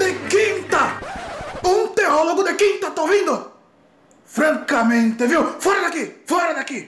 de quinta! Um teólogo de quinta, tá ouvindo? Francamente, viu? Fora daqui! Fora daqui!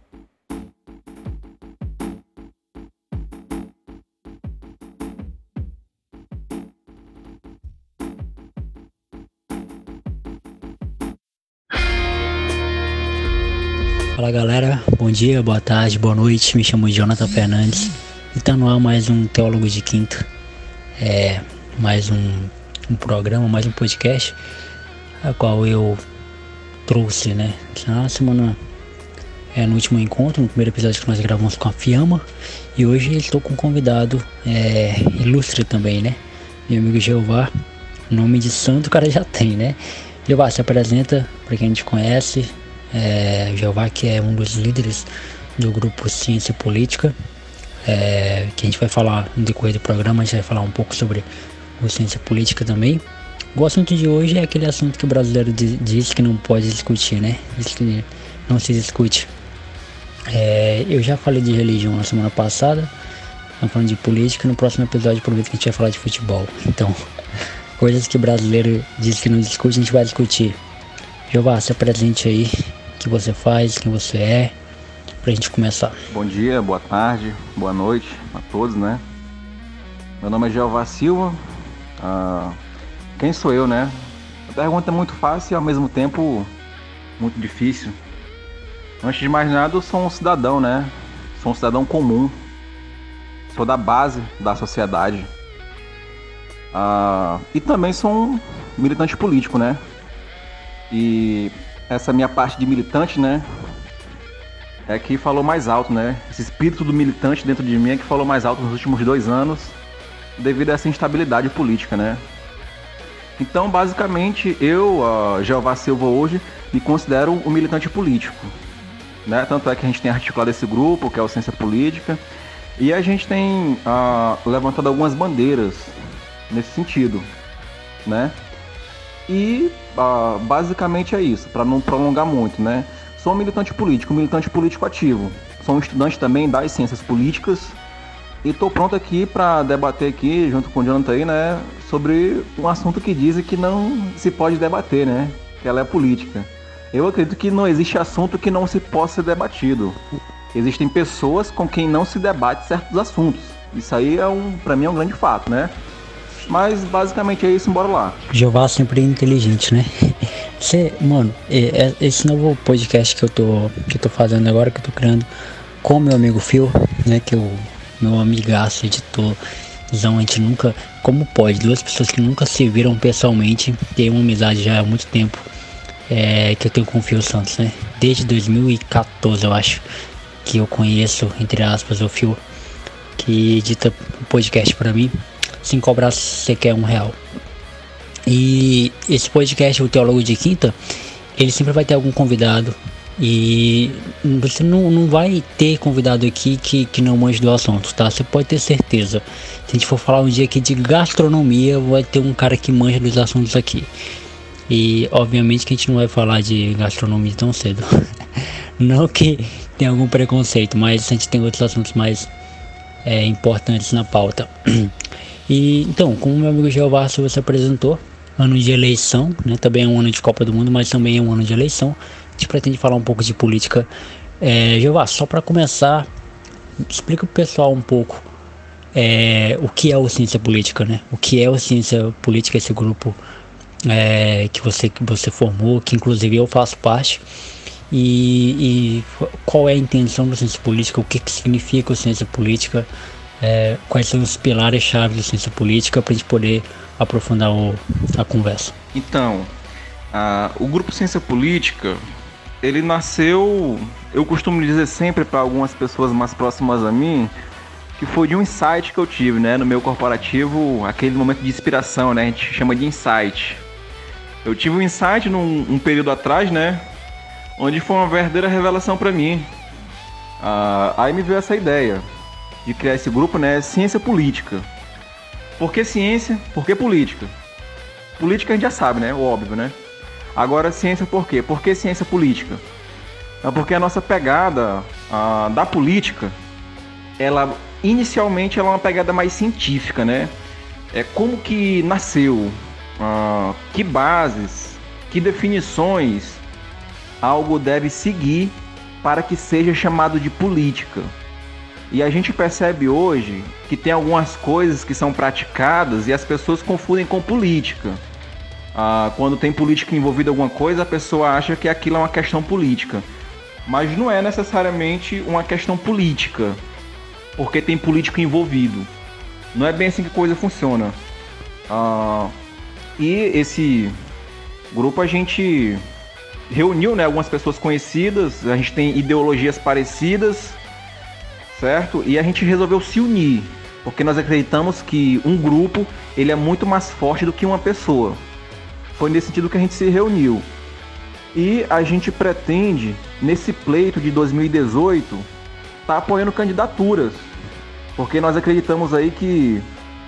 Fala galera, bom dia, boa tarde, boa noite, me chamo Jonathan Fernandes e tá no ar mais um Teólogo de Quinta, mais um programa, mais um podcast, a qual eu trouxe, na semana, no último encontro, no primeiro episódio que nós gravamos com a Fiamma, e hoje estou com um convidado ilustre também, meu amigo Jeová. Nome de santo o cara já tem, Jeová, se apresenta para quem a gente conhece. Jeová, que é um dos líderes do grupo Ciência Política, que a gente vai falar no decorrer do programa. A gente vai falar um pouco sobre o Ciência Política também. O assunto de hoje é aquele assunto que o brasileiro diz que não pode discutir, diz que não se discute. Eu já falei de religião na semana passada, estamos falando de política. No próximo episódio prometo que a gente vai falar de futebol. Então, coisas que o brasileiro diz que não discute, a gente vai discutir. Jeová, se apresente aí, o que você faz, quem você é, pra gente começar. Bom dia, boa tarde, boa noite a todos, Meu nome é Jeová Silva. Quem sou eu, A pergunta é muito fácil e ao mesmo tempo muito difícil. Antes de mais nada, eu sou um cidadão, Sou um cidadão comum. Sou da base da sociedade. E também sou um militante político, E essa minha parte de militante, é que falou mais alto, Esse espírito do militante dentro de mim é que falou mais alto nos últimos 2 anos, devido a essa instabilidade política, Então, basicamente, eu, Jeová Silva, hoje, me considero um militante político, Tanto é que a gente tem articulado esse grupo, que é o Ciência Política, e a gente tem levantado algumas bandeiras nesse sentido, E basicamente é isso, para não prolongar muito, Sou um militante político ativo. Sou um estudante também das ciências políticas e estou pronto aqui para debater aqui, junto com o Jonathan aí, sobre um assunto que dizem que não se pode debater, Que ela é política. Eu acredito que não existe assunto que não se possa ser debatido. Existem pessoas com quem não se debate certos assuntos. Isso aí para mim é um grande fato, Mas basicamente é isso, bora lá. Jeová sempre é inteligente, Esse novo podcast que eu tô fazendo agora, que eu tô criando com meu amigo Phil, Que é o meu amigaço, editorzão. A gente nunca, como pode, 2 pessoas que nunca se viram pessoalmente, tem uma amizade já há muito tempo, que eu tenho com o Phil Santos, Desde 2014, eu acho, que eu conheço, entre aspas, o Phil, que edita o podcast pra mim, sem cobrar sequer R$1. E esse podcast, o Teólogo de Quinta, ele sempre vai ter algum convidado. E você não vai ter convidado aqui que não manje do assunto, tá? Você pode ter certeza. Se a gente for falar um dia aqui de gastronomia, vai ter um cara que manja dos assuntos aqui. E obviamente que a gente não vai falar de gastronomia tão cedo. Não que tenha algum preconceito, mas a gente tem outros assuntos mais importantes na pauta. E então, como meu amigo Jeová Silva se apresentou, ano de eleição, também é um ano de Copa do Mundo, mas também é um ano de eleição. A gente pretende falar um pouco de política. Jeová, só para começar, explica pro pessoal um pouco o que é o Ciência Política, O que é o Ciência Política, esse grupo que você formou, que inclusive eu faço parte. E qual é a intenção da Ciência Política, o que significa a Ciência Política, quais são os pilares-chave da ciência política, para a gente poder aprofundar a conversa. Então, o grupo Ciência Política, ele nasceu, eu costumo dizer sempre para algumas pessoas mais próximas a mim, que foi de um insight que eu tive, no meu corporativo, aquele momento de inspiração, a gente chama de insight. Eu tive um insight num período atrás, onde foi uma verdadeira revelação para mim. Aí me veio essa ideia de criar esse grupo, Ciência Política. Por que ciência? Por que política? Política a gente já sabe, o óbvio, Agora, ciência por quê? Por que ciência política? Porque a nossa pegada da política, inicialmente ela é uma pegada mais científica, como que nasceu, que bases, que definições algo deve seguir para que seja chamado de política. E a gente percebe hoje que tem algumas coisas que são praticadas e as pessoas confundem com política. Quando tem política envolvida em alguma coisa, a pessoa acha que aquilo é uma questão política. Mas não é necessariamente uma questão política, porque tem político envolvido. Não é bem assim que a coisa funciona. E esse grupo a gente reuniu, né, algumas pessoas conhecidas, a gente tem ideologias parecidas, certo? E a gente resolveu se unir, porque nós acreditamos que um grupo ele é muito mais forte do que uma pessoa. Foi nesse sentido que a gente se reuniu. E a gente pretende, nesse pleito de 2018, estar apoiando candidaturas, porque nós acreditamos aí que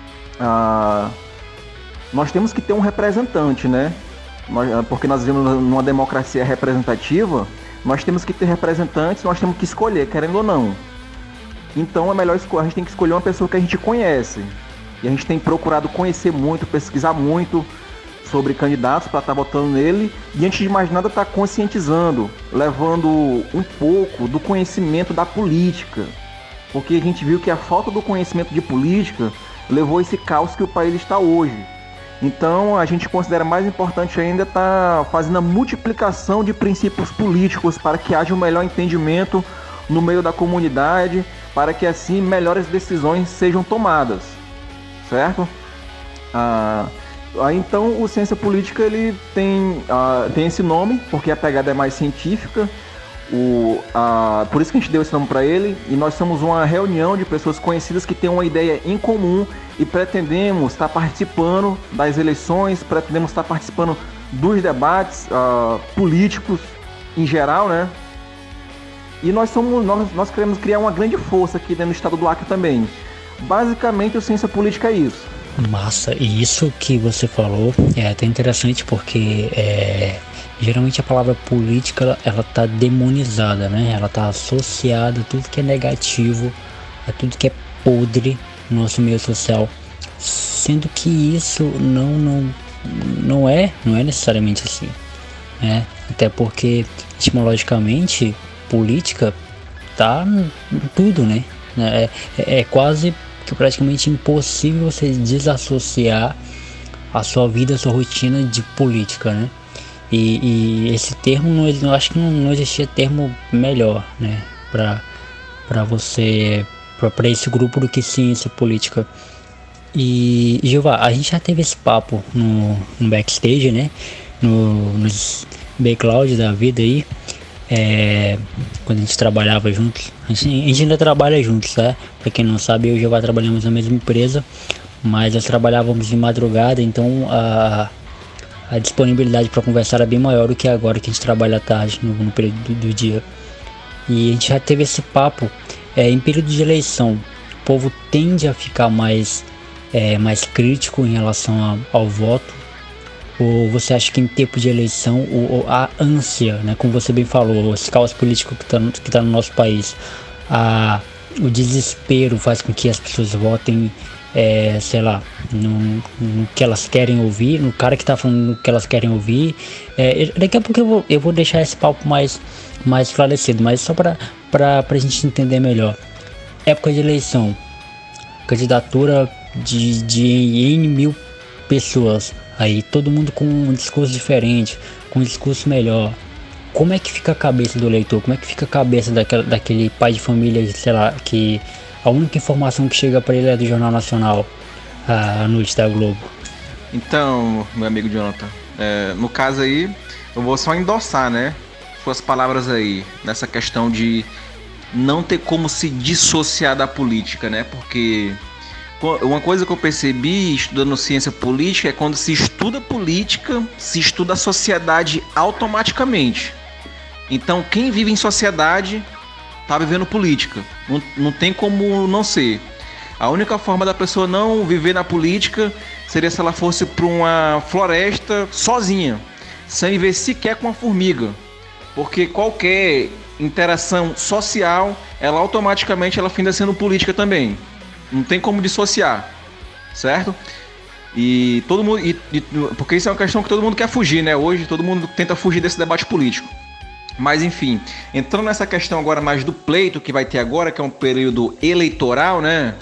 nós temos que ter um representante, né? Porque nós vivemos numa democracia representativa, nós temos que ter representantes, nós temos que escolher, querendo ou não. Então é melhor a gente tem que escolher uma pessoa que a gente conhece. E a gente tem procurado conhecer muito, pesquisar muito sobre candidatos para estar votando nele. E antes de mais nada estar conscientizando, levando um pouco do conhecimento da política. Porque a gente viu que a falta do conhecimento de política levou a esse caos que o país está hoje. Então a gente considera mais importante ainda estar fazendo a multiplicação de princípios políticos para que haja um melhor entendimento no meio da comunidade, para que assim melhores decisões sejam tomadas, certo? Então o Ciência Política ele tem esse nome, porque a pegada é mais científica, por isso que a gente deu esse nome para ele, e nós somos uma reunião de pessoas conhecidas que têm uma ideia em comum e pretendemos estar participando das eleições, pretendemos estar participando dos debates políticos em geral, né? E nós queremos criar uma grande força aqui dentro do estado do Acre também. Basicamente, o Ciência Política é isso. Massa, e isso que você falou é até interessante porque geralmente a palavra política ela tá demonizada, né? Ela tá associada a tudo que é negativo, a tudo que é podre no nosso meio social, sendo que isso não é necessariamente assim, né? Até porque etimologicamente política tá em tudo, né? É quase que praticamente impossível você desassociar a sua vida, a sua rotina de política, né? E esse termo, eu acho que não existia termo melhor, né? Para você, para esse grupo do que ciência política. E Jeová, a gente já teve esse papo no backstage, né? Nos backloud da vida aí. Quando a gente trabalhava juntos, a gente ainda trabalha juntos, tá? Pra quem não sabe, eu e o Jeová trabalhamos na mesma empresa, mas nós trabalhávamos de madrugada, então a disponibilidade para conversar era bem maior do que agora que a gente trabalha à tarde, no período do dia. E a gente já teve esse papo, em período de eleição, o povo tende a ficar mais crítico em relação ao voto. Ou você acha que em tempo de eleição a ânsia, né, como você bem falou, esse caos político que tá no nosso país, o desespero faz com que as pessoas votem, sei lá, no que elas querem ouvir, no cara que tá falando o que elas querem ouvir. Daqui a pouco eu vou deixar esse papo mais esclarecido, mas só pra gente entender melhor. Época de eleição, candidatura de N mil pessoas. Aí todo mundo com um discurso diferente, com um discurso melhor. Como é que fica a cabeça do eleitor? Como é que fica a cabeça daquele pai de família, sei lá, que a única informação que chega para ele é do Jornal Nacional, à noite da Globo? Então, meu amigo Jonathan, no caso aí, eu vou só endossar, né, suas palavras aí, nessa questão de não ter como se dissociar da política, né, porque uma coisa que eu percebi estudando ciência política é quando se estuda política, se estuda a sociedade automaticamente. Então quem vive em sociedade está vivendo política. Não tem como não ser. A única forma da pessoa não viver na política seria se ela fosse para uma floresta sozinha, sem viver sequer com uma formiga. Porque qualquer interação social, ela automaticamente finda sendo política também. Não tem como dissociar, certo? E todo mundo. Porque isso é uma questão que todo mundo quer fugir, né? Hoje todo mundo tenta fugir desse debate político. Mas enfim, entrando nessa questão agora mais do pleito que vai ter agora, que é um período eleitoral, né?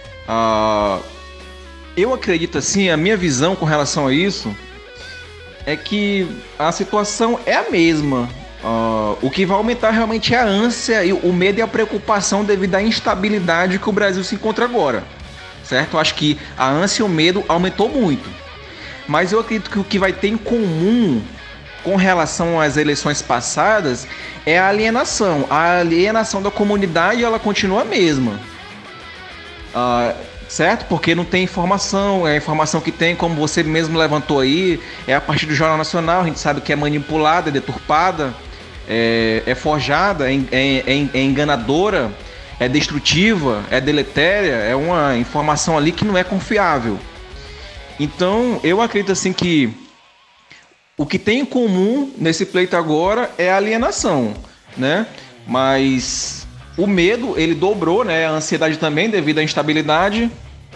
Eu acredito assim, a minha visão com relação a isso é que a situação é a mesma. O que vai aumentar realmente é a ânsia, e o medo e a preocupação devido à instabilidade que o Brasil se encontra agora. Certo? Eu acho que a ânsia e o medo aumentou muito. Mas eu acredito que o que vai ter em comum com relação às eleições passadas é a alienação. A alienação da comunidade, ela continua a mesma. Certo? Porque não tem informação. A informação que tem, como você mesmo levantou aí, é a partir do Jornal Nacional. A gente sabe que é manipulada, é deturpada, é forjada, é enganadora, é destrutiva, é deletéria, é uma informação ali que não é confiável. Então, eu acredito assim que o que tem em comum nesse pleito agora é a alienação, né? Mas o medo, ele dobrou, né? A ansiedade também, devido à instabilidade.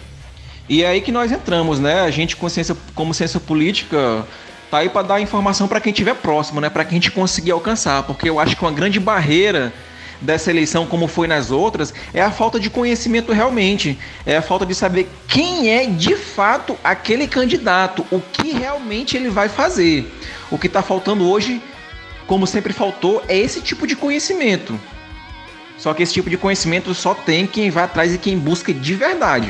E é aí que nós entramos, né? A gente, como ciência política, tá aí para dar informação para quem estiver próximo, né? Para quem a gente conseguir alcançar. Porque eu acho que uma grande barreira dessa eleição, como foi nas outras, é a falta de conhecimento realmente. É a falta de saber quem é de fato aquele candidato, o que realmente ele vai fazer. O que está faltando hoje, como sempre faltou, é esse tipo de conhecimento. Só que esse tipo de conhecimento só tem quem vai atrás e quem busca de verdade,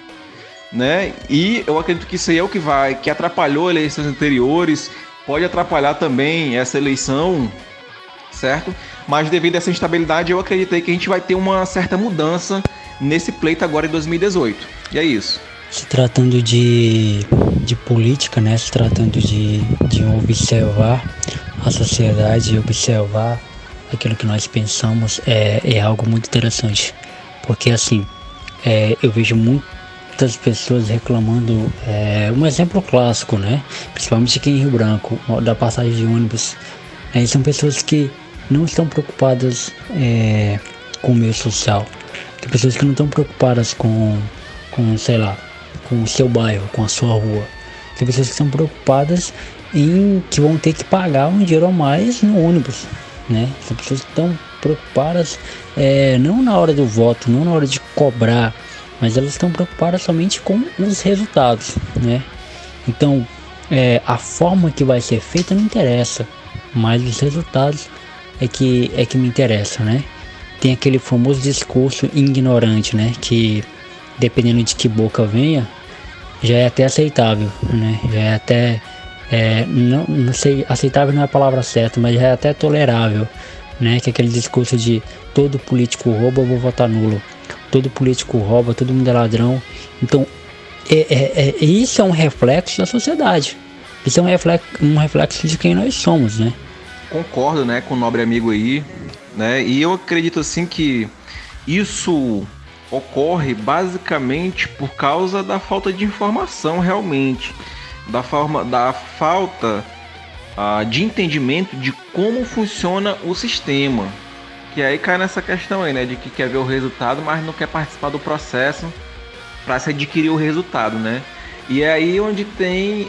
né? E eu acredito que isso aí é o que atrapalhou eleições anteriores, pode atrapalhar também essa eleição, certo? Mas devido a essa instabilidade, eu acreditei que a gente vai ter uma certa mudança nesse pleito agora em 2018. E é isso. Se tratando de política, né? Se tratando de observar a sociedade, observar aquilo que nós pensamos, é algo muito interessante. Porque assim, eu vejo muitas pessoas reclamando, um exemplo clássico, né? Principalmente aqui em Rio Branco, da passagem de ônibus. São pessoas que não estão preocupadas com o meio social. Tem pessoas que não estão preocupadas com, sei lá, com o seu bairro, com a sua rua. Tem pessoas que estão preocupadas em que vão ter que pagar um dinheiro a mais no ônibus, né? São pessoas que estão preocupadas não na hora do voto, não na hora de cobrar, mas elas estão preocupadas somente com os resultados, né? Então, a forma que vai ser feita não interessa, mas os resultados é que me interessa, né? Tem aquele famoso discurso ignorante, né? Que dependendo de que boca venha, já é até aceitável, né? Já é até, não sei, aceitável não é a palavra certa, mas já é até tolerável, né? Que é aquele discurso de todo político rouba, eu vou votar nulo. Todo político rouba, todo mundo é ladrão. Então, isso é um reflexo da sociedade. Isso é um reflexo de quem nós somos, né? Concordo, né, com o nobre amigo aí, né? E eu acredito assim que isso ocorre basicamente por causa da falta de informação realmente, da falta de entendimento de como funciona o sistema. Que aí cai nessa questão aí, né, de que quer ver o resultado, mas não quer participar do processo para se adquirir o resultado, né? E é aí onde tem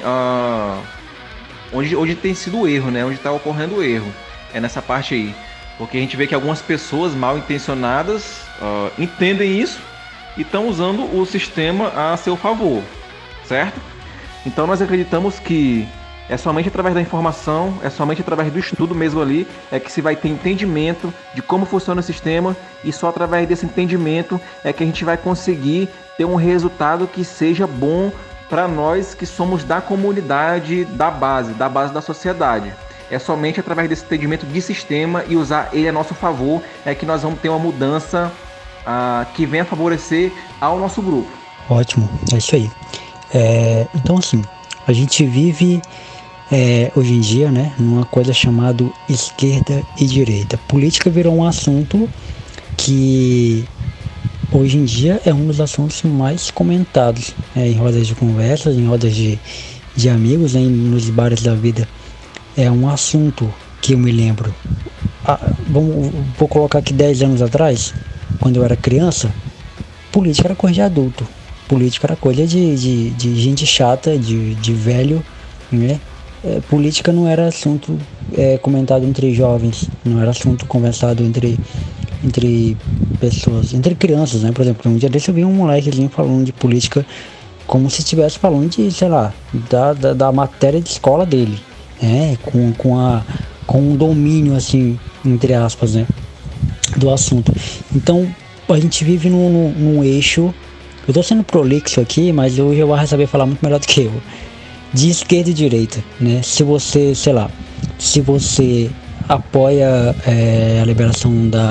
onde tem sido o erro, né? Onde está ocorrendo o erro. É nessa parte aí. Porque a gente vê que algumas pessoas mal intencionadas entendem isso e estão usando o sistema a seu favor, certo? Então nós acreditamos que é somente através da informação, é somente através do estudo mesmo ali, é que se vai ter entendimento de como funciona o sistema, e só através desse entendimento é que a gente vai conseguir ter um resultado que seja bom para nós que somos da comunidade, da base da sociedade. É somente através desse entendimento de sistema e usar ele a nosso favor é que nós vamos ter uma mudança que venha favorecer ao nosso grupo. Ótimo, é isso aí. Então assim, a gente vive hoje em dia, né, numa coisa chamada esquerda e direita. Política virou um assunto que hoje em dia é um dos assuntos mais comentados em rodas de conversas, em rodas de amigos, nos bares da vida. É um assunto que eu me lembro. Vou colocar aqui 10 anos atrás, quando eu era criança, política era coisa de adulto. política era coisa de gente chata, de velho, né? Política não era assunto comentado entre jovens, não era assunto conversado entre pessoas, entre crianças, né? Por exemplo, um dia desse eu vi um molequezinho falando de política como se estivesse falando de, sei lá, da matéria de escola dele, né? Com um domínio, assim, entre aspas, né? Do assunto. Então, a gente vive num eixo, eu tô sendo prolixo aqui, mas hoje eu vou saber falar muito melhor do que eu, de esquerda e direita, né? Se você, sei lá, se você apoia a liberação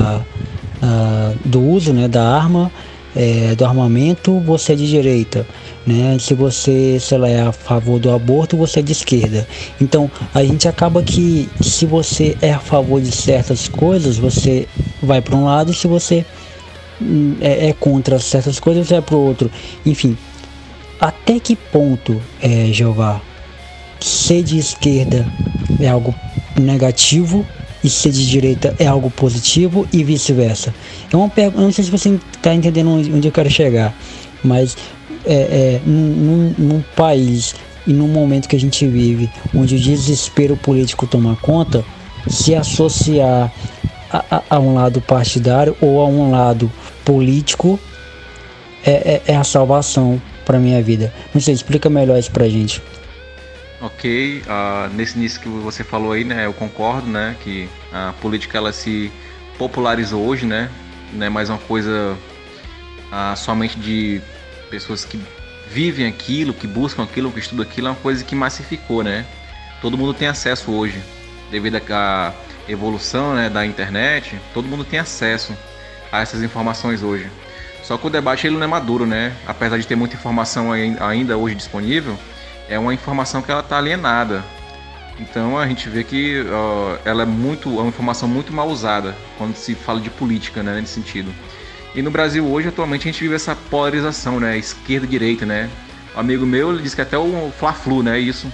do uso, né, da arma, do armamento, você é de direita, né? Se você, sei lá, é a favor do aborto, você é de esquerda. Então a gente acaba que, se você é a favor de certas coisas, você vai para um lado, e se você é contra certas coisas, você vai para o outro. Enfim, até que ponto, Jeová, ser de esquerda é algo negativo e ser de direita é algo positivo e vice-versa? É uma pergunta, não sei se você está entendendo onde eu quero chegar, mas num país e num momento que a gente vive, onde o desespero político toma conta, se associar a um lado partidário ou a um lado político é a salvação para minha vida. Não sei, explica melhor isso pra gente. Ok, nesse início que você falou aí, né, eu concordo, né, que a política ela se popularizou hoje, né, não é mais uma coisa somente de pessoas que vivem aquilo, que buscam aquilo, que estudam aquilo, é uma coisa que massificou, né, todo mundo tem acesso hoje, devido à evolução, né, da internet, todo mundo tem acesso a essas informações hoje. Só que o debate ele não é maduro, né, apesar de ter muita informação ainda hoje disponível, é uma informação que ela está alienada. Então a gente vê que ela é uma informação muito mal usada quando se fala de política, né, nesse sentido. E no Brasil hoje, atualmente, a gente vive essa polarização, né, esquerda e direita, né. Um amigo meu, ele disse que até o Fla-Flu, né, isso.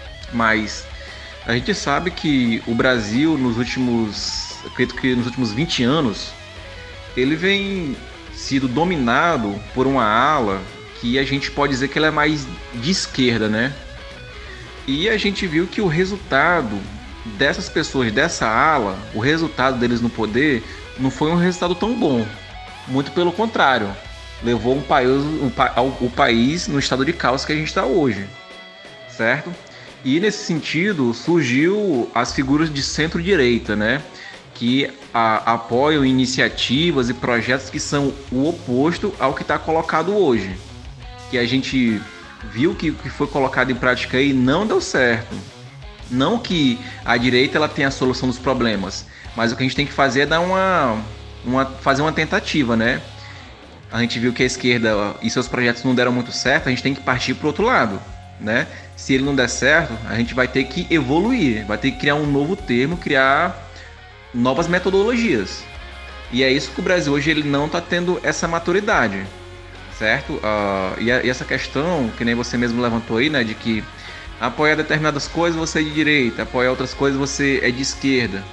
Mas a gente sabe que o Brasil, acredito que nos últimos 20 anos, ele vem sido dominado por uma ala que a gente pode dizer que ela é mais de esquerda, né? E a gente viu que o resultado dessas pessoas, dessa ala, o resultado deles no poder, não foi um resultado tão bom. Muito pelo contrário, levou o país no estado de caos que a gente está hoje, certo? E nesse sentido surgiu as figuras de centro-direita, né? Que apoiam iniciativas e projetos que são o oposto ao que está colocado hoje. Que a gente viu que foi colocado em prática aí não deu certo. Não que a direita ela tenha a solução dos problemas, mas o que a gente tem que fazer é dar fazer uma tentativa, né? A gente viu que a esquerda e seus projetos não deram muito certo, a gente tem que partir para o outro lado, né? Se ele não der certo, a gente vai ter que evoluir, vai ter que criar um novo termo, criar novas metodologias. E é isso que o Brasil hoje ele não está tendo essa maturidade. Certo? E essa questão, que nem você mesmo levantou aí, né, de que apoiar determinadas coisas você é de direita, apoiar outras coisas você é de esquerda.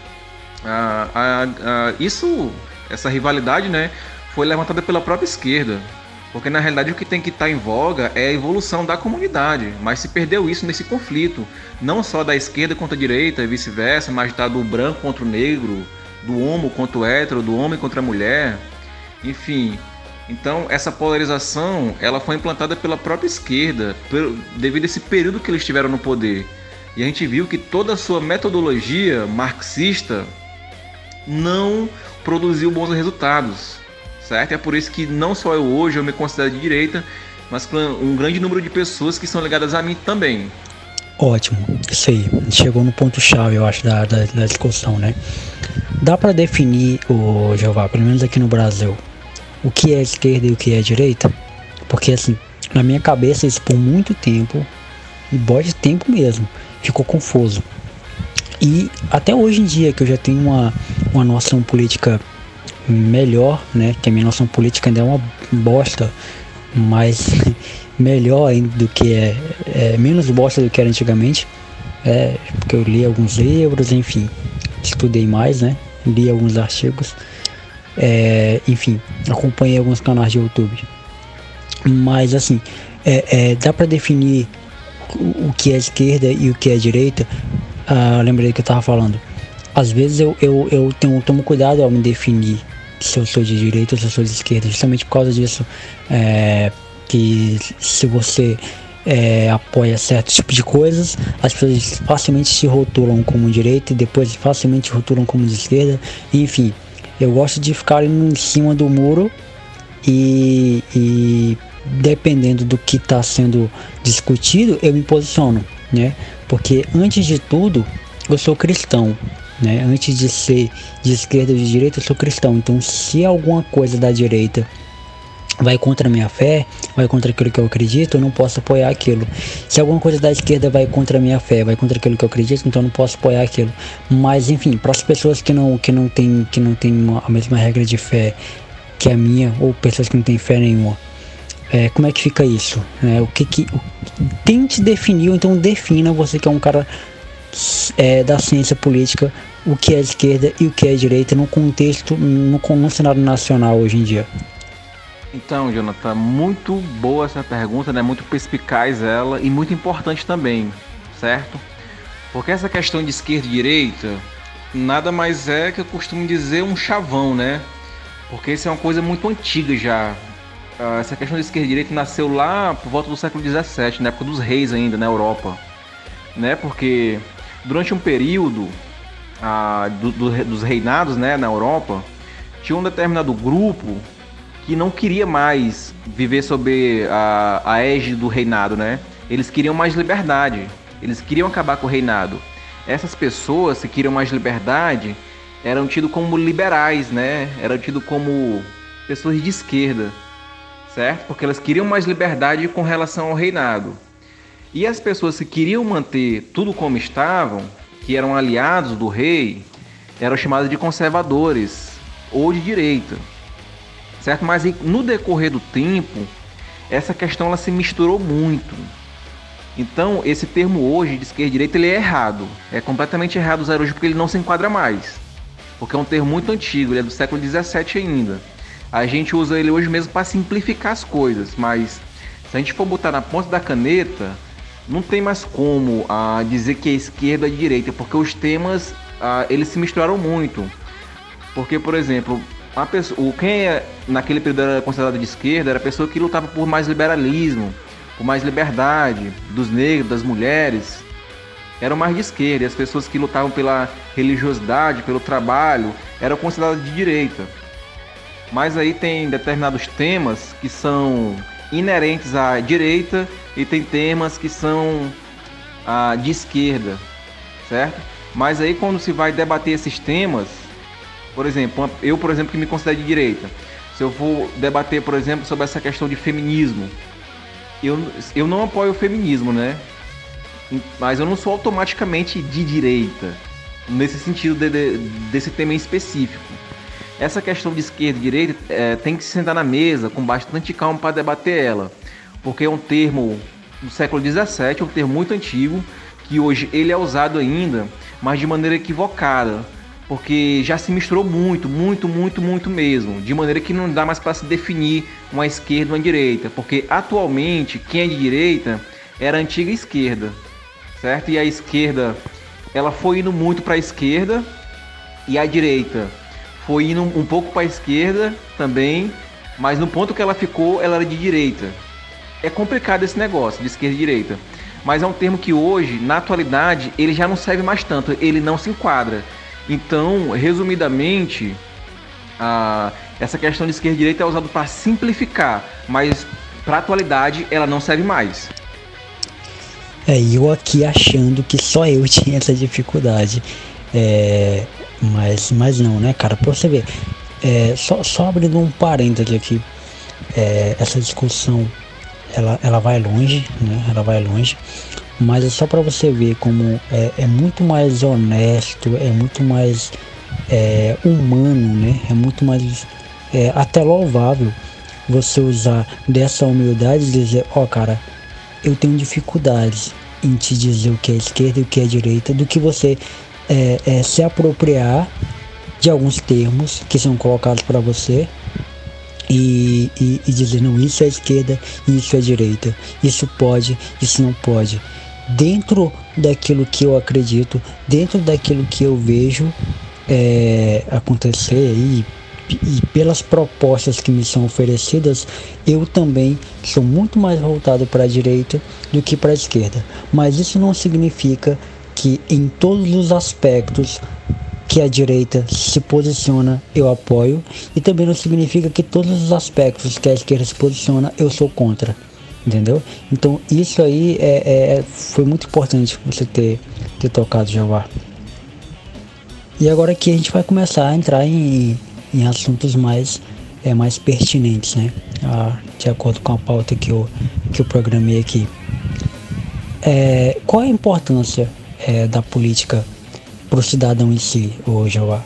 Essa rivalidade, né, foi levantada pela própria esquerda, porque na realidade o que tem que estar em voga é a evolução da comunidade, mas se perdeu isso nesse conflito, não só da esquerda contra a direita e vice-versa, mas tá do branco contra o negro, do homo contra o hétero, do homem contra a mulher, enfim. Então essa polarização ela foi implantada pela própria esquerda devido a esse período que eles tiveram no poder. E a gente viu que toda a sua metodologia marxista não produziu bons resultados, certo? É por isso que não só eu hoje eu me considero de direita, mas um grande número de pessoas que são ligadas a mim também. Ótimo, isso aí, chegou no ponto-chave, eu acho, da discussão, né? Dá para definir, Jeová, pelo menos aqui no Brasil, o que é esquerda e o que é direita? Porque assim, na minha cabeça isso por muito tempo, e bode tempo mesmo, ficou confuso. E até hoje em dia que eu já tenho uma noção política melhor, né? Que a minha noção política ainda é uma bosta, mas melhor ainda do que menos bosta do que era antigamente. Porque eu li alguns livros, enfim, estudei mais, né? Li alguns artigos. Enfim, acompanhei alguns canais de YouTube. Mas assim, dá para definir o que é esquerda e o que é direita. Lembrei que eu tava falando. Às vezes eu tomo cuidado ao me definir se eu sou de direita ou se eu sou de esquerda, justamente por causa disso, que se você apoia certo tipo de coisas, as pessoas facilmente se rotulam como direita e depois facilmente rotulam como de esquerda. Enfim, eu gosto de ficar em cima do muro e dependendo do que está sendo discutido, eu me posiciono, né? Porque antes de tudo, eu sou cristão, né? Antes de ser de esquerda ou de direita, eu sou cristão. Então, se alguma coisa da direita vai contra a minha fé, vai contra aquilo que eu acredito, eu não posso apoiar aquilo. Se alguma coisa da esquerda vai contra a minha fé, vai contra aquilo que eu acredito, então eu não posso apoiar aquilo. Mas, enfim, para as pessoas que não têm a mesma regra de fé que a minha, ou pessoas que não têm fé nenhuma, como é que fica isso? Tente definir, ou então defina, você que é um cara da ciência política, o que é esquerda e o que é direita no contexto, no cenário nacional hoje em dia. Então, Jonathan, muito boa essa pergunta, né? Muito perspicaz ela e muito importante também, certo? Porque essa questão de esquerda e direita nada mais é que eu costumo dizer um chavão, né? Porque isso é uma coisa muito antiga já. Essa questão de esquerda e direita nasceu lá por volta do século XVII, na época dos reis ainda, na Europa, né? Porque durante um período dos reinados, né, na Europa, tinha um determinado grupo que não queria mais viver sob a égide do reinado, né? Eles queriam mais liberdade, eles queriam acabar com o reinado. Essas pessoas que queriam mais liberdade eram tidos como liberais, né? Eram tidos como pessoas de esquerda, certo? Porque elas queriam mais liberdade com relação ao reinado. E as pessoas que queriam manter tudo como estavam, que eram aliados do rei, eram chamadas de conservadores ou de direita, certo? Mas no decorrer do tempo, essa questão ela se misturou muito. Então, esse termo hoje de esquerda e direita ele é errado. É completamente errado usar hoje porque ele não se enquadra mais. Porque é um termo muito antigo, ele é do século XVII ainda. A gente usa ele hoje mesmo para simplificar as coisas, mas se a gente for botar na ponta da caneta, não tem mais como dizer que é esquerda ou direita, porque os temas eles se misturaram muito. Porque, por exemplo, quem naquele período era considerado de esquerda era a pessoa que lutava por mais liberalismo, por mais liberdade dos negros, das mulheres, eram mais de esquerda. E as pessoas que lutavam pela religiosidade, pelo trabalho, eram consideradas de direita. Mas aí tem determinados temas que são inerentes à direita e tem temas que são de esquerda, certo? Mas aí quando se vai debater esses temas, por exemplo, eu, que me considero de direita, se eu for debater, por exemplo, sobre essa questão de feminismo, eu não apoio o feminismo, né? Mas eu não sou automaticamente de direita, nesse sentido desse tema em específico. Essa questão de esquerda e direita tem que se sentar na mesa com bastante calma para debater ela, porque é um termo do século XVII, é um termo muito antigo, que hoje ele é usado ainda, mas de maneira equivocada, porque já se misturou muito mesmo, de maneira que não dá mais para se definir uma esquerda e uma direita, porque atualmente quem é de direita era a antiga esquerda, certo? E a esquerda ela foi indo muito para a esquerda e a direita foi indo um pouco para a esquerda também, mas no ponto que ela ficou, ela era de direita. É complicado esse negócio de esquerda e direita, mas é um termo que hoje, na atualidade, ele já não serve mais tanto, ele não se enquadra. Então, resumidamente, essa questão de esquerda e direita é usada para simplificar, mas para a atualidade ela não serve mais. Eu aqui achando que só eu tinha essa dificuldade. Mas não, né, cara? Pra você ver, só abrindo um parênteses aqui, essa discussão ela vai longe, né? Ela vai longe, mas é só para você ver como é muito mais honesto, é muito mais humano, né? É muito mais até louvável você usar dessa humildade e dizer, cara, eu tenho dificuldades em te dizer o que é esquerda e o que é direita, do que você se apropriar de alguns termos que são colocados para você e dizer, não, isso é esquerda e isso é direita, isso pode, isso não pode. Dentro daquilo que eu acredito, dentro daquilo que eu vejo acontecer e pelas propostas que me são oferecidas, eu também sou muito mais voltado para a direita do que para a esquerda. Mas isso não significa que em todos os aspectos que a direita se posiciona, eu apoio, e também não significa que todos os aspectos que a esquerda se posiciona, eu sou contra, entendeu? Então isso aí foi muito importante você ter tocado, Jeová. E agora aqui a gente vai começar a entrar em assuntos mais pertinentes, né? De acordo com a pauta que eu programei aqui. Qual a importância da política para o cidadão em si, Jeová?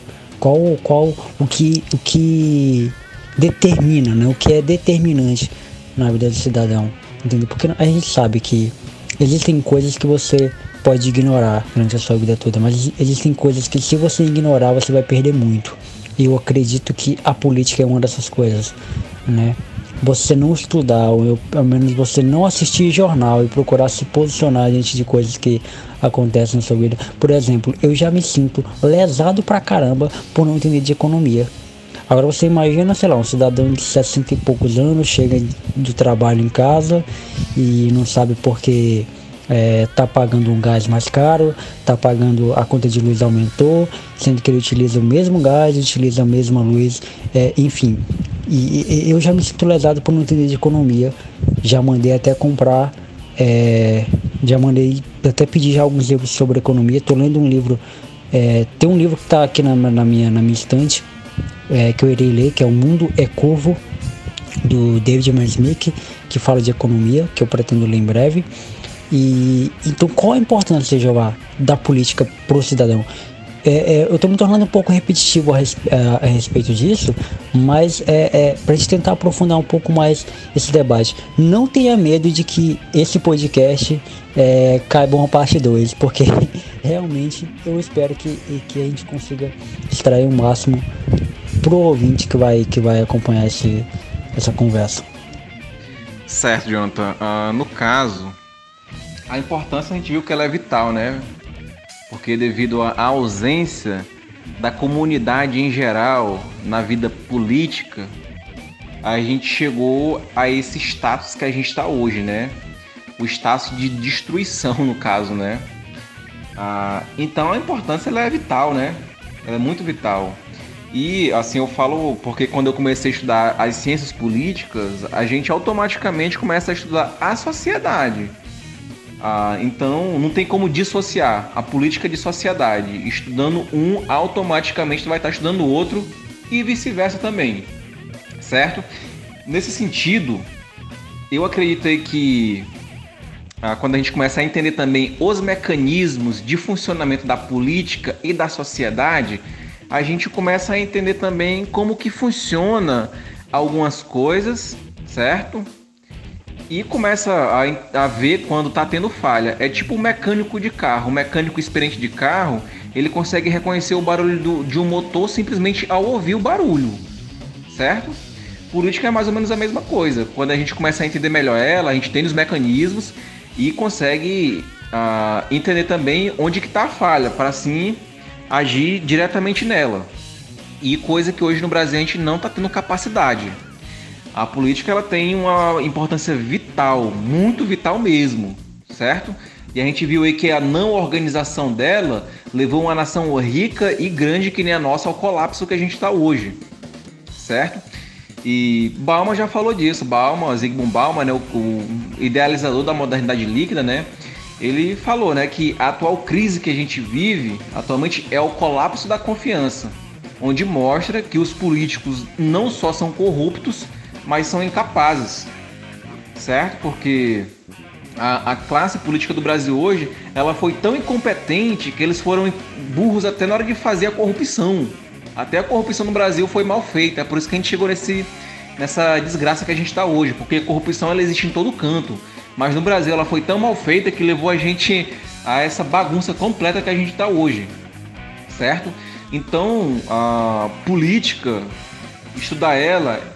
O que determina, né? O que é determinante na vida do cidadão, entendeu? Porque a gente sabe que existem coisas que você pode ignorar durante a sua vida toda, mas existem coisas que, se você ignorar, você vai perder muito. E eu acredito que a política é uma dessas coisas, né? Você não estudar, ou pelo menos você não assistir jornal e procurar se posicionar diante de coisas que acontecem na sua vida. Por exemplo, eu já me sinto lesado pra caramba por não entender de economia. Agora você imagina, sei lá, um cidadão de 60 e poucos anos chega do trabalho em casa e não sabe por que tá pagando um gás mais caro, tá pagando, a conta de luz aumentou, sendo que ele utiliza o mesmo gás, utiliza a mesma luz, enfim. E eu já me sinto lesado por não entender de economia. Já mandei até comprar, já mandei até pedir já alguns livros sobre economia. Tô lendo um livro, tem um livro que tá aqui na minha estante, que eu irei ler, que é O Mundo é Curvo, do David M. Smith, que fala de economia, que eu pretendo ler em breve. E então, qual a importância, Jeová, da política pro cidadão? Eu estou me tornando um pouco repetitivo a respeito disso, mas para a gente tentar aprofundar um pouco mais esse debate. Não tenha medo de que esse podcast caiba uma parte 2, porque realmente eu espero que a gente consiga extrair o máximo pro ouvinte que vai acompanhar essa conversa. Certo, Jonathan. No caso, a importância a gente viu que ela é vital, né? Porque devido à ausência da comunidade em geral na vida política, a gente chegou a esse status que a gente está hoje, né? O status de destruição, no caso, né? Então a importância ela é vital, né? Ela é muito vital. E assim eu falo porque quando eu comecei a estudar as ciências políticas, a gente automaticamente começa a estudar a sociedade. Então não tem como dissociar a política de sociedade. Estudando um, automaticamente vai estar estudando o outro e vice-versa também, certo? Nesse sentido, eu acreditei que quando a gente começa a entender também os mecanismos de funcionamento da política e da sociedade, a gente começa a entender também como que funciona algumas coisas, certo? E começa a ver quando está tendo falha. É tipo um mecânico de carro. O mecânico experiente de carro, ele consegue reconhecer o barulho de um motor simplesmente ao ouvir o barulho, certo? Política é mais ou menos a mesma coisa. Quando a gente começa a entender melhor ela, a gente tem os mecanismos e consegue entender também onde que está a falha, para assim agir diretamente nela. E coisa que hoje no Brasil a gente não está tendo capacidade. A política ela tem uma importância vital, muito vital mesmo, certo? E a gente viu aí que a não organização dela levou uma nação rica e grande que nem a nossa ao colapso que a gente está hoje, certo? E Bauman já falou disso, Zygmunt Bauman, né, o idealizador da modernidade líquida, né? Ele falou, né, que a atual crise que a gente vive atualmente é o colapso da confiança, onde mostra que os políticos não só são corruptos, mas são incapazes, certo? Porque a classe política do Brasil hoje, ela foi tão incompetente que eles foram burros até na hora de fazer a corrupção. Até a corrupção no Brasil foi mal feita, é por isso que a gente chegou nessa desgraça que a gente está hoje, porque a corrupção ela existe em todo canto, mas no Brasil ela foi tão mal feita que levou a gente a essa bagunça completa que a gente está hoje, certo? Então, a política, estudar ela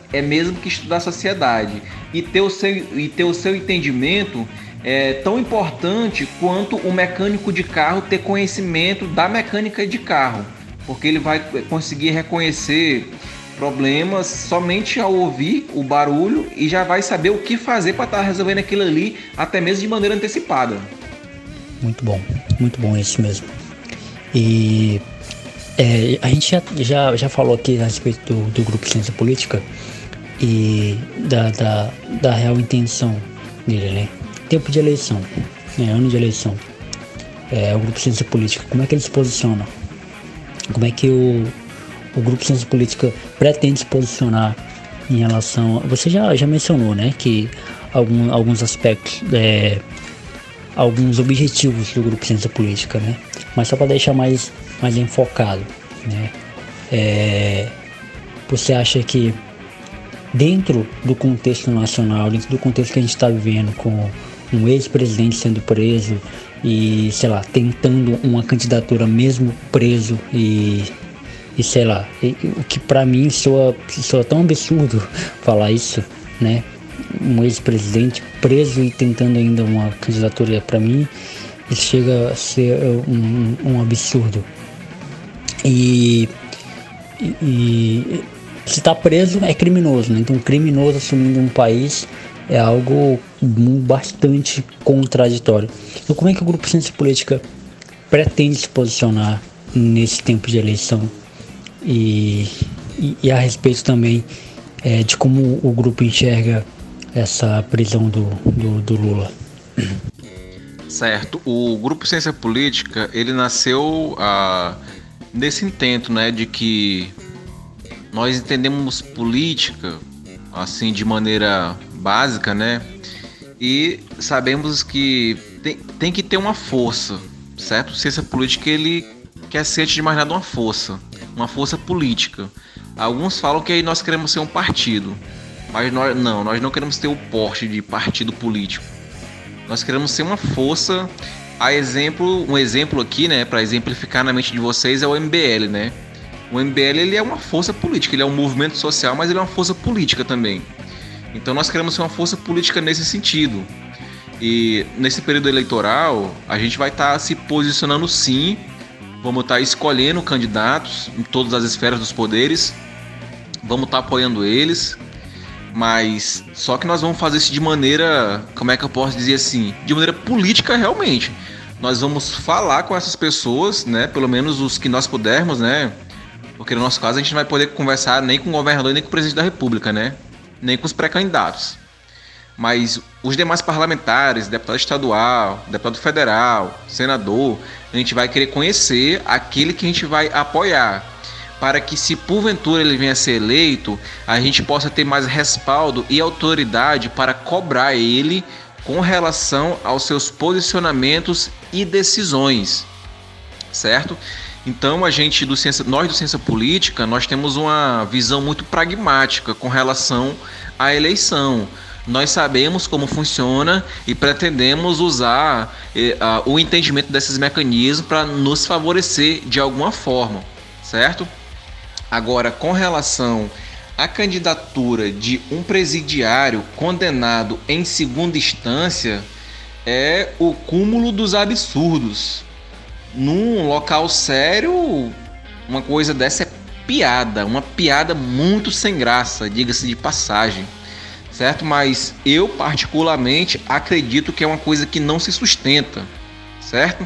é mesmo que estudar a sociedade e ter o seu entendimento é tão importante quanto o mecânico de carro ter conhecimento da mecânica de carro, porque ele vai conseguir reconhecer problemas somente ao ouvir o barulho e já vai saber o que fazer para estar resolvendo aquilo ali, até mesmo de maneira antecipada. Muito bom isso mesmo. E a gente já falou aqui a respeito do Grupo Ciência Política e da real intenção dele, né? Tempo de eleição, né? Ano de eleição. O Grupo Ciência Política, como é que ele se posiciona? Como é que o Grupo Ciência Política pretende se posicionar em relação... Você já mencionou, né, que alguns aspectos, alguns objetivos do Grupo Ciência Política, né? Mas só para deixar mais enfocado, né? Você acha que dentro do contexto nacional, dentro do contexto que a gente está vivendo, com um ex-presidente sendo preso e, sei lá, tentando uma candidatura mesmo preso e sei lá, o que pra mim soa tão absurdo falar isso, né? Um ex-presidente preso e tentando ainda uma candidatura, pra mim isso chega a ser um absurdo. E se tá preso é criminoso, né? Então um criminoso assumindo um país é algo bastante contraditório. Então como é que o Grupo Ciência Política pretende se posicionar nesse tempo de eleição? E a respeito também de como o grupo enxerga essa prisão do Lula. Certo, o Grupo Ciência Política, ele nasceu nesse intento, né, de que nós entendemos política assim de maneira básica, né, e sabemos que tem que ter uma força, certo? Ciência Política, ele quer ser, antes de mais nada, uma força política. Alguns falam que nós queremos ser um partido, mas nós não queremos ter o porte de partido político. Nós queremos ser uma força. Um exemplo aqui, né, para exemplificar na mente de vocês, é o MBL, né? O MBL, ele é uma força política, ele é um movimento social, mas ele é uma força política também. Então nós queremos ser uma força política nesse sentido. E nesse período eleitoral, a gente vai estar se posicionando sim. Vamos estar escolhendo candidatos em todas as esferas dos poderes. Vamos estar apoiando eles. Mas só que nós vamos fazer isso de maneira, como é que eu posso dizer assim? De maneira política realmente. Nós vamos falar com essas pessoas, né? Pelo menos os que nós pudermos, né? Porque no nosso caso a gente não vai poder conversar nem com o governador, nem com o presidente da república, né? Nem com os pré-candidatos. Mas os demais parlamentares, deputado estadual, deputado federal, senador, a gente vai querer conhecer aquele que a gente vai apoiar, para que, se porventura ele venha a ser eleito, a gente possa ter mais respaldo e autoridade para cobrar ele com relação aos seus posicionamentos e decisões, certo? Então nós do Ciência Política, nós temos uma visão muito pragmática com relação à eleição. Nós sabemos como funciona e pretendemos usar o entendimento desses mecanismos para nos favorecer de alguma forma, certo? Agora, com relação à candidatura de um presidiário condenado em segunda instância, é o cúmulo dos absurdos. Num local sério, uma coisa dessa é piada, uma piada muito sem graça, diga-se de passagem, certo? Mas eu particularmente acredito que é uma coisa que não se sustenta, certo?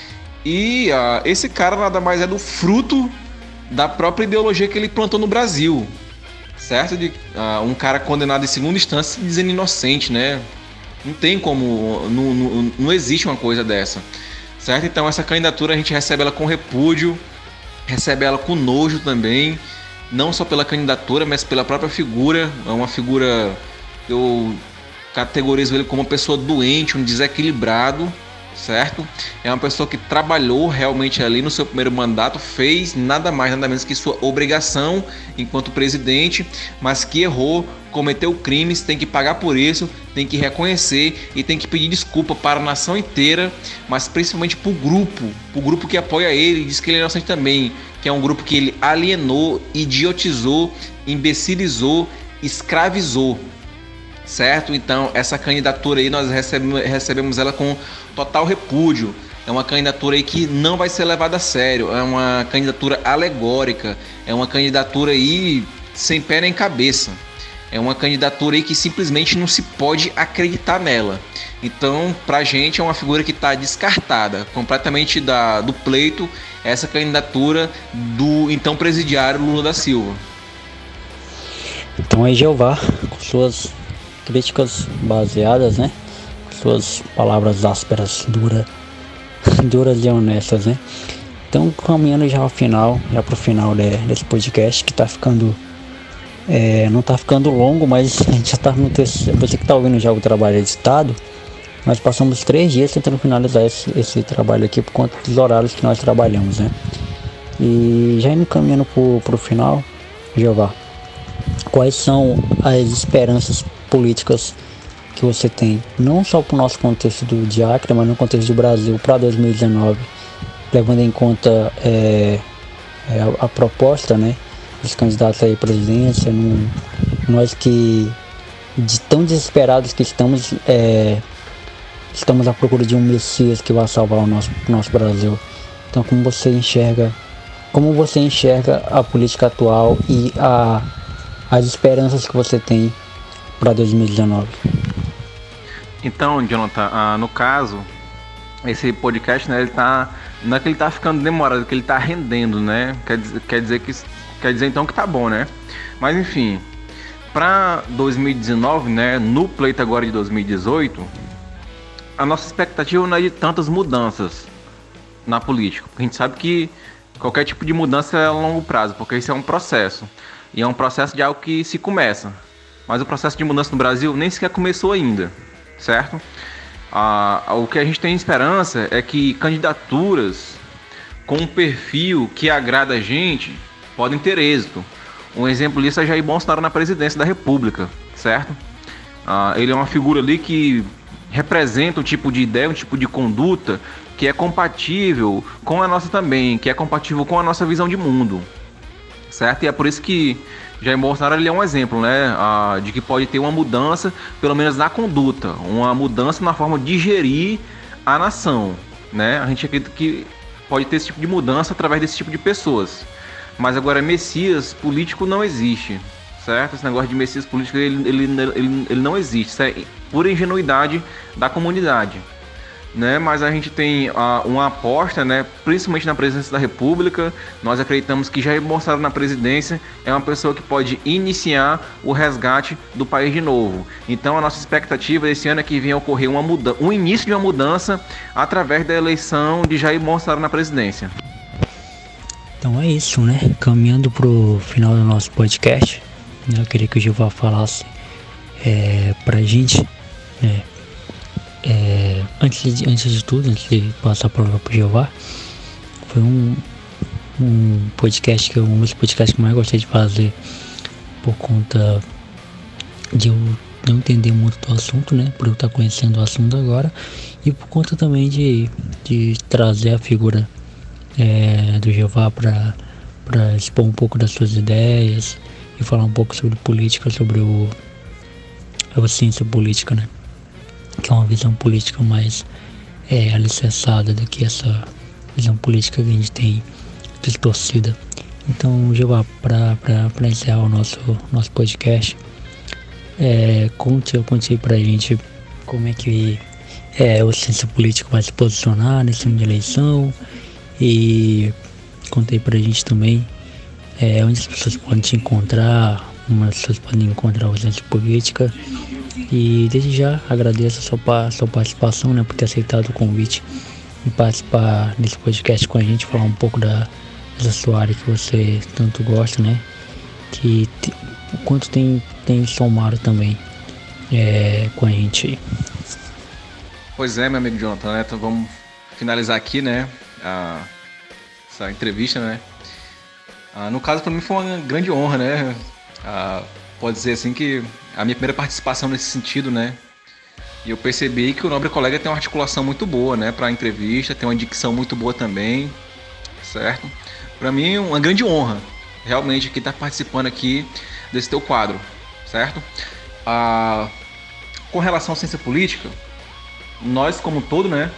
E esse cara nada mais é do fruto da própria ideologia que ele plantou no Brasil, certo? De um cara condenado em segunda instância se dizendo inocente, né? Não tem como, não existe uma coisa dessa, certo? Então essa candidatura a gente recebe ela com repúdio, recebe ela com nojo também, não só pela candidatura, mas pela própria figura. É uma figura, eu categorizo ele como uma pessoa doente, um desequilibrado, certo? É uma pessoa que trabalhou realmente ali no seu primeiro mandato, fez nada mais, nada menos que sua obrigação enquanto presidente, mas que errou, cometeu crimes, tem que pagar por isso, tem que reconhecer e tem que pedir desculpa para a nação inteira, mas principalmente para o grupo que apoia ele, diz que ele é inocente também, que é um grupo que ele alienou, idiotizou, imbecilizou escravizou, certo? Então essa candidatura aí nós recebemos ela com total repúdio. É uma candidatura aí que não vai ser levada a sério, é uma candidatura alegórica, é uma candidatura aí sem pé nem cabeça. É uma candidatura aí que simplesmente não se pode acreditar nela. Então, pra gente é uma figura que está descartada completamente do pleito, essa candidatura do então presidiário Lula da Silva. Então aí Jeová, com suas críticas baseadas, né? Com suas palavras ásperas, duras e honestas, né? Então, caminhando já ao final, já pro final desse podcast, que tá ficando... não tá ficando longo, mas a gente já tá no terceiro. Você que tá ouvindo já o trabalho editado, nós passamos 3 dias tentando finalizar esse trabalho aqui por conta dos horários que nós trabalhamos, né? E já indo caminhando pro final, Jeová, quais são as esperanças políticas que você tem, não só para o nosso contexto de Acre, mas no contexto do Brasil para 2019, levando em conta a proposta, né, dos candidatos à presidência, nós que, de tão desesperados que estamos à procura de um Messias que vai salvar o nosso Brasil. Então, como você enxerga a política atual e as esperanças que você tem para 2019? Então, Jonathan, no caso, esse podcast, né, não é que ele tá ficando demorado, é que ele tá rendendo, né? Quer dizer então que tá bom, né? Mas enfim, para 2019, né, no pleito agora de 2018, a nossa expectativa não é de tantas mudanças na política. A gente sabe que qualquer tipo de mudança é a longo prazo, porque isso é um processo. E é um processo de algo que se começa. Mas o processo de mudança no Brasil nem sequer começou ainda, certo? O que a gente tem esperança é que candidaturas com um perfil que agrada a gente podem ter êxito. Um exemplo disso é Jair Bolsonaro na presidência da República, certo? Ele é uma figura ali que representa um tipo de ideia, um tipo de conduta que é compatível com a nossa também, que é compatível com a nossa visão de mundo, certo? E é por isso que Jair Bolsonaro ele é um exemplo, né, de que pode ter uma mudança, pelo menos na conduta, uma mudança na forma de gerir a nação, né? A gente acredita que pode ter esse tipo de mudança através desse tipo de pessoas. Mas agora, Messias político não existe, certo? Esse negócio de Messias político, ele não existe. Isso é pura ingenuidade da comunidade, né? Mas a gente tem uma aposta, né, principalmente na presidência da República. Nós acreditamos que Jair Bolsonaro na presidência é uma pessoa que pode iniciar o resgate do país de novo. Então a nossa expectativa esse ano é que venha ocorrer um início de uma mudança através da eleição de Jair Bolsonaro na presidência. Então é isso, né? Caminhando pro final do nosso podcast, né? Eu queria que o Jeová falasse pra gente, né? Antes de tudo, antes de passar a palavra pro Jeová, foi um podcast um dos podcasts que eu mais gostei de fazer por conta de eu não entender muito do assunto, né? Por eu estar conhecendo o assunto agora e por conta também de trazer a figura do Jeová para expor um pouco das suas ideias e falar um pouco sobre política, sobre a ciência política, né? Que é uma visão política mais alicerçada do que essa visão política que a gente tem distorcida. Então, Jeová, para encerrar o nosso podcast, conte aí pra gente como é que o ciência política vai se posicionar nesse ano de eleição. E contei pra gente também onde as pessoas podem te encontrar, onde as pessoas podem encontrar a ciência política. E desde já agradeço a sua participação, né, por ter aceitado o convite e participar desse podcast com a gente, falar um pouco dessa sua área que você tanto gosta, né, que o quanto tem somado também com a gente. Pois é, meu amigo Jonathan, né? Então vamos finalizar aqui, né, essa entrevista, né? No caso, para mim foi uma grande honra, né? Pode dizer assim que a minha primeira participação nesse sentido, né? E eu percebi que o nobre colega tem uma articulação muito boa, né, para a entrevista, tem uma dicção muito boa também, certo? Para mim, uma grande honra, realmente, que estar participando aqui desse teu quadro, certo? Com relação à ciência política, nós como um todo, né,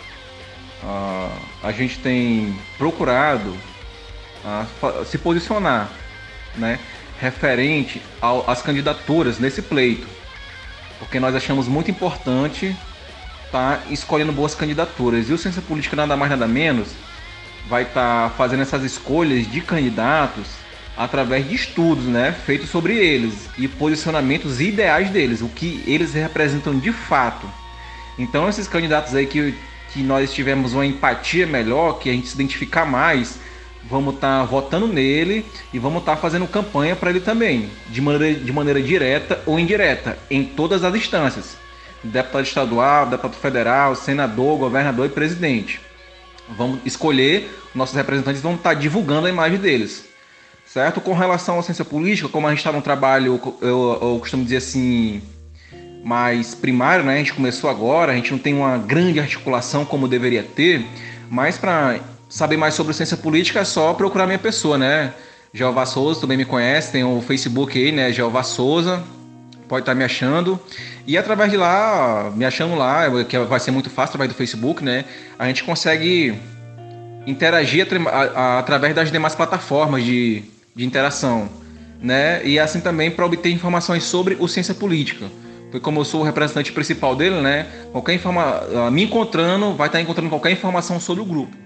a gente tem procurado se posicionar, né, referente às candidaturas nesse pleito, porque nós achamos muito importante estar escolhendo boas candidaturas, e o Ciência Política nada mais nada menos vai estar fazendo essas escolhas de candidatos através de estudos, né, feitos sobre eles e posicionamentos ideais deles, o que eles representam de fato. Então esses candidatos aí que nós tivemos uma empatia melhor, que a gente se identificar mais, vamos estar votando nele e vamos estar fazendo campanha para ele também, de maneira direta ou indireta, em todas as instâncias. Deputado estadual, deputado federal, senador, governador e presidente. Vamos escolher nossos representantes, vamos estar divulgando a imagem deles. Certo? Com relação à ciência política, como a gente está num trabalho, eu costumo dizer assim, mais primário, né? A gente começou agora, a gente não tem uma grande articulação como deveria ter, mas para saber mais sobre ciência política é só procurar minha pessoa, né? Jeová Souza, também me conhece, tem o Facebook aí, né? Jeová Souza, pode estar me achando. E através de lá, me achando lá, que vai ser muito fácil através do Facebook, né? A gente consegue interagir através das demais plataformas de interação, né? E assim também para obter informações sobre o Ciência Política. Porque como eu sou o representante principal dele, né? Me encontrando, vai estar encontrando qualquer informação sobre o grupo.